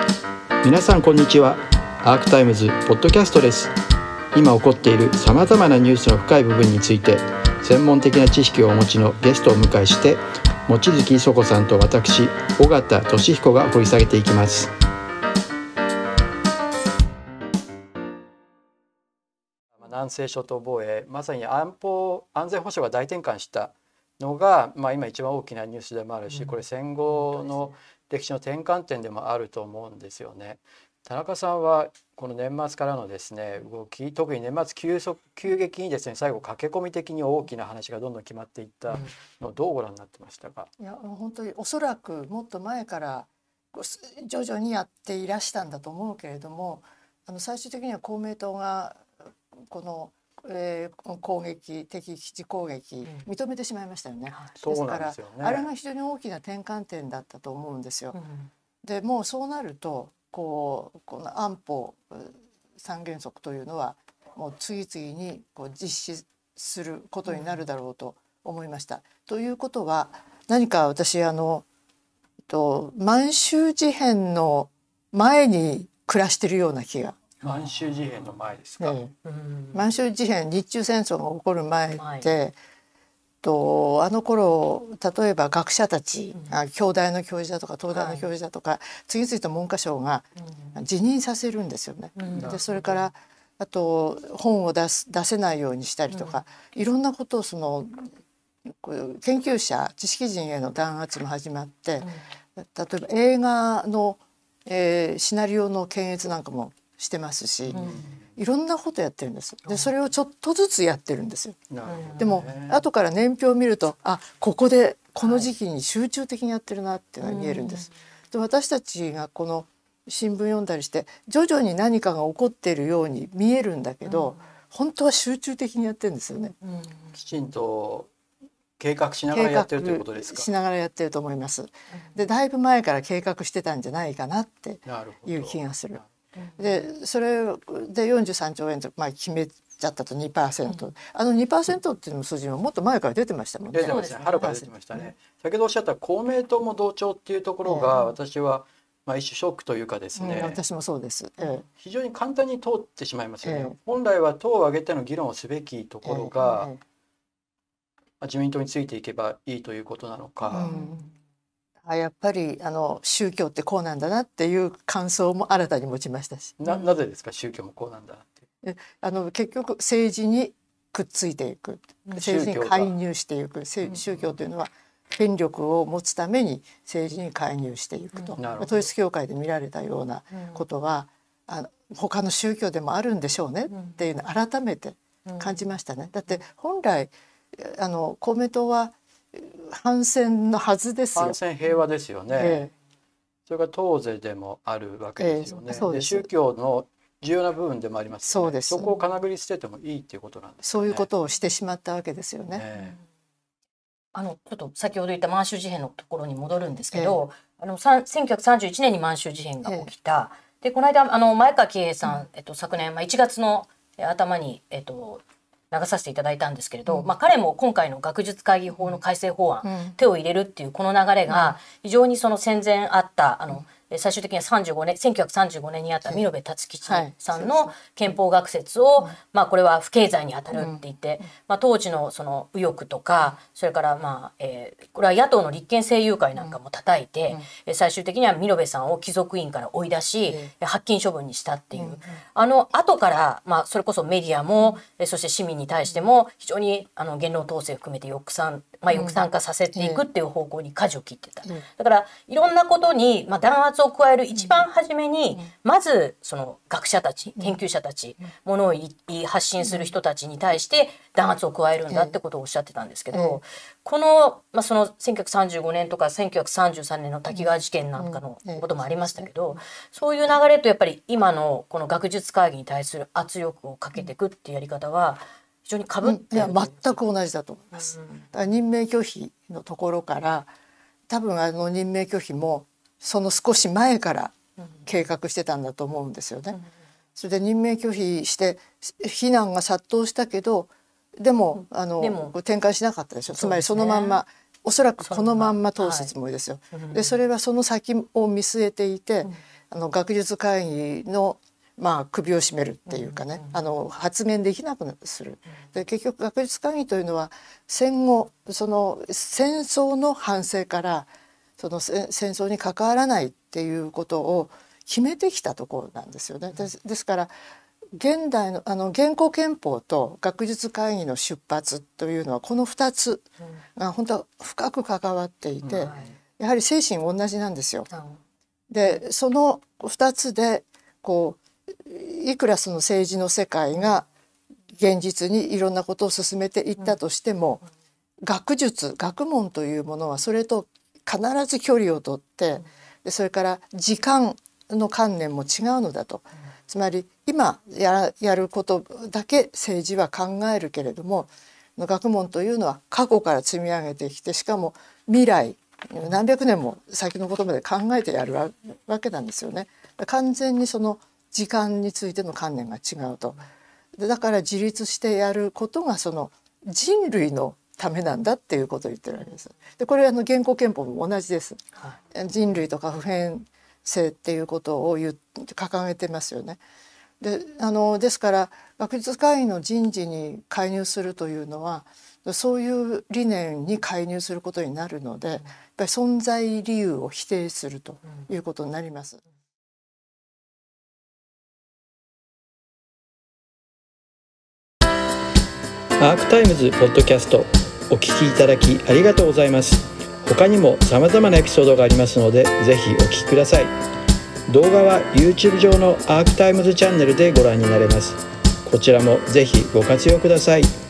皆さんこんにちは。アークタイムズポッドキャストです。今起こっているさまざまなニュースの深い部分について専門的な知識をお持ちのゲストをお迎えして望月磯子さんと私尾形俊彦が掘り下げていきます。南西諸島防衛、まさに安全保障が大転換したのが、今一番大きなニュースでもあるし、これ戦後の歴史の転換点でもあると思うんですよね。田中さんはこの年末からのですね動き、特に年末急激にですね最後駆け込み的に大きな話がどんどん決まっていったのをどうご覧になってましたか？ いや本当におそらくもっと前から徐々にやっていらしたんだと思うけれども、最終的には公明党がこの、攻撃敵基地攻撃認めてしまいましたよね。 そうなんですよね。 あれが非常に大きな転換点だったと思うんですよ。でもうそうなるとこの安保三原則というのはもう次々に実施することになるだろうと思いました。ということは何か私満州事変の前に暮らしているような気が。 満州事変の前ですか？ 満州事変、日中戦争が起こる前ってあの頃例えば学者たち、京大の教授だとか東大の教授だとか、次々と文科省が辞任させるんですよね。でそれからあと本を出せないようにしたりとか、いろんなことを研究者知識人への弾圧も始まって、例えば映画の、シナリオの検閲なんかもしてますし、いろんなことやってるんです。でそれをちょっとずつやってるんですよ。でも後から年表を見るとここでこの時期に集中的にやってるなっていうのが見えるんです。で私たちがこの新聞読んだりして徐々に何かが起こっているように見えるんだけど、本当は集中的にやってるんですよね。 きちんと計画しながらやってるということですか？ しながらやってると思います。でだいぶ前から計画してたんじゃないかなっていう気がする。でそれで43兆円と決めちゃったと 2%、2% っていうの数字ももっと前から出てましたもんね。 出てましたね。春から出てましたね。先ほどおっしゃった公明党も同調っていうところが、私は一種ショックというかですね、 私もそうです。 非常に簡単に通ってしまいますよね。本来は党を挙げての議論をすべきところが、自民党についていけばいいということなのか。 やっぱり宗教ってこうなんだなっていう感想も新たに持ちましたし。 なぜですか？宗教もこうなんだって。 結局政治にくっついていく、政治に介入していく、宗教というのは権力を持つために政治に介入していくと、統一教会で見られたようなことは、他の宗教でもあるんでしょうねっていうのを改めて感じましたね。だって本来公明党は反戦のはずですよ。 反戦平和ですよね。それが党是でもあるわけですよね。で宗教の重要な部分でもありますよね。そうです。そこをかなぐり捨ててもいいっていうことなんですね。 そういうことをしてしまったわけですよね。 ちょっと先ほど言った満州事変のところに戻るんですけど、1931年に満州事変が起きた。でこの間前川喜平さん、昨年、1月の頭に流させていただいたんですけれど、彼も今回の学術会議法の改正法案、手を入れるっていうこの流れが非常にその戦前あった最終的には1935年にあった美濃部達吉さんの憲法学説を、これは不敬罪にあたるって言って、当時のその右翼とか、それからこれは野党の立憲政友会なんかも叩いて、最終的には美濃部さんを貴族院から追い出し、発禁処分にしたっていう、後から、それこそメディアもそして市民に対しても非常に言論統制含めて抑散化させていくっていう方向に舵を切ってた。だからいろんなことに弾圧を加える一番初めに、まずその学者たち、研究者たち、ものを発信する人たちに対して弾圧を加えるんだってことをおっしゃってたんですけど、この、その1935年とか1933年の滝川事件なんかのこともありましたけど、そういう流れとやっぱり今のこの学術会議に対する圧力をかけていくっていうやり方は非常にかぶっている。 全く同じだと思います。だから任命拒否のところから多分任命拒否もその少し前から計画してたんだと思うんですよね。それで任命拒否して非難が殺到したけど、でも転換しなかったでしょ。つまりそのまんま、おそらくこのまんま通すつもりですよ。でそれはその先を見据えていて、 学術会議の首を絞めるっていうかね、発言できなくする。で結局学術会議というのは戦後その戦争の反省からその戦争に関わらないっていうことを決めてきたところなんですよね。ですから現代の現行憲法と学術会議の出発というのはこの2つが本当は深く関わっていて、やはり精神同じなんですよ。でその2つでいくらその政治の世界が現実にいろんなことを進めていったとしても、学問というものはそれと必ず距離をとって、でそれから時間の観念も違うのだと。つまり今やることだけ政治は考えるけれども、学問というのは過去から積み上げてきて、しかも未来何百年も先のことまで考えてやるわけなんですよね。完全にその時間についての観念が違うと。だから自立してやることがその人類のためなんだっていうことを言ってるわけです。でこれ現行憲法も同じです。人類とか普遍性っていうことを掲げてますよね。ですから学術会議の人事に介入するというのはそういう理念に介入することになるので、やっぱり存在理由を否定するということになります。 アークタイムズポッドキャストお聞きいただきありがとうございます。他にも様々なエピソードがありますので、ぜひお聞きください。動画は YouTube 上のアークタイムズチャンネルでご覧になれます。こちらもぜひご活用ください。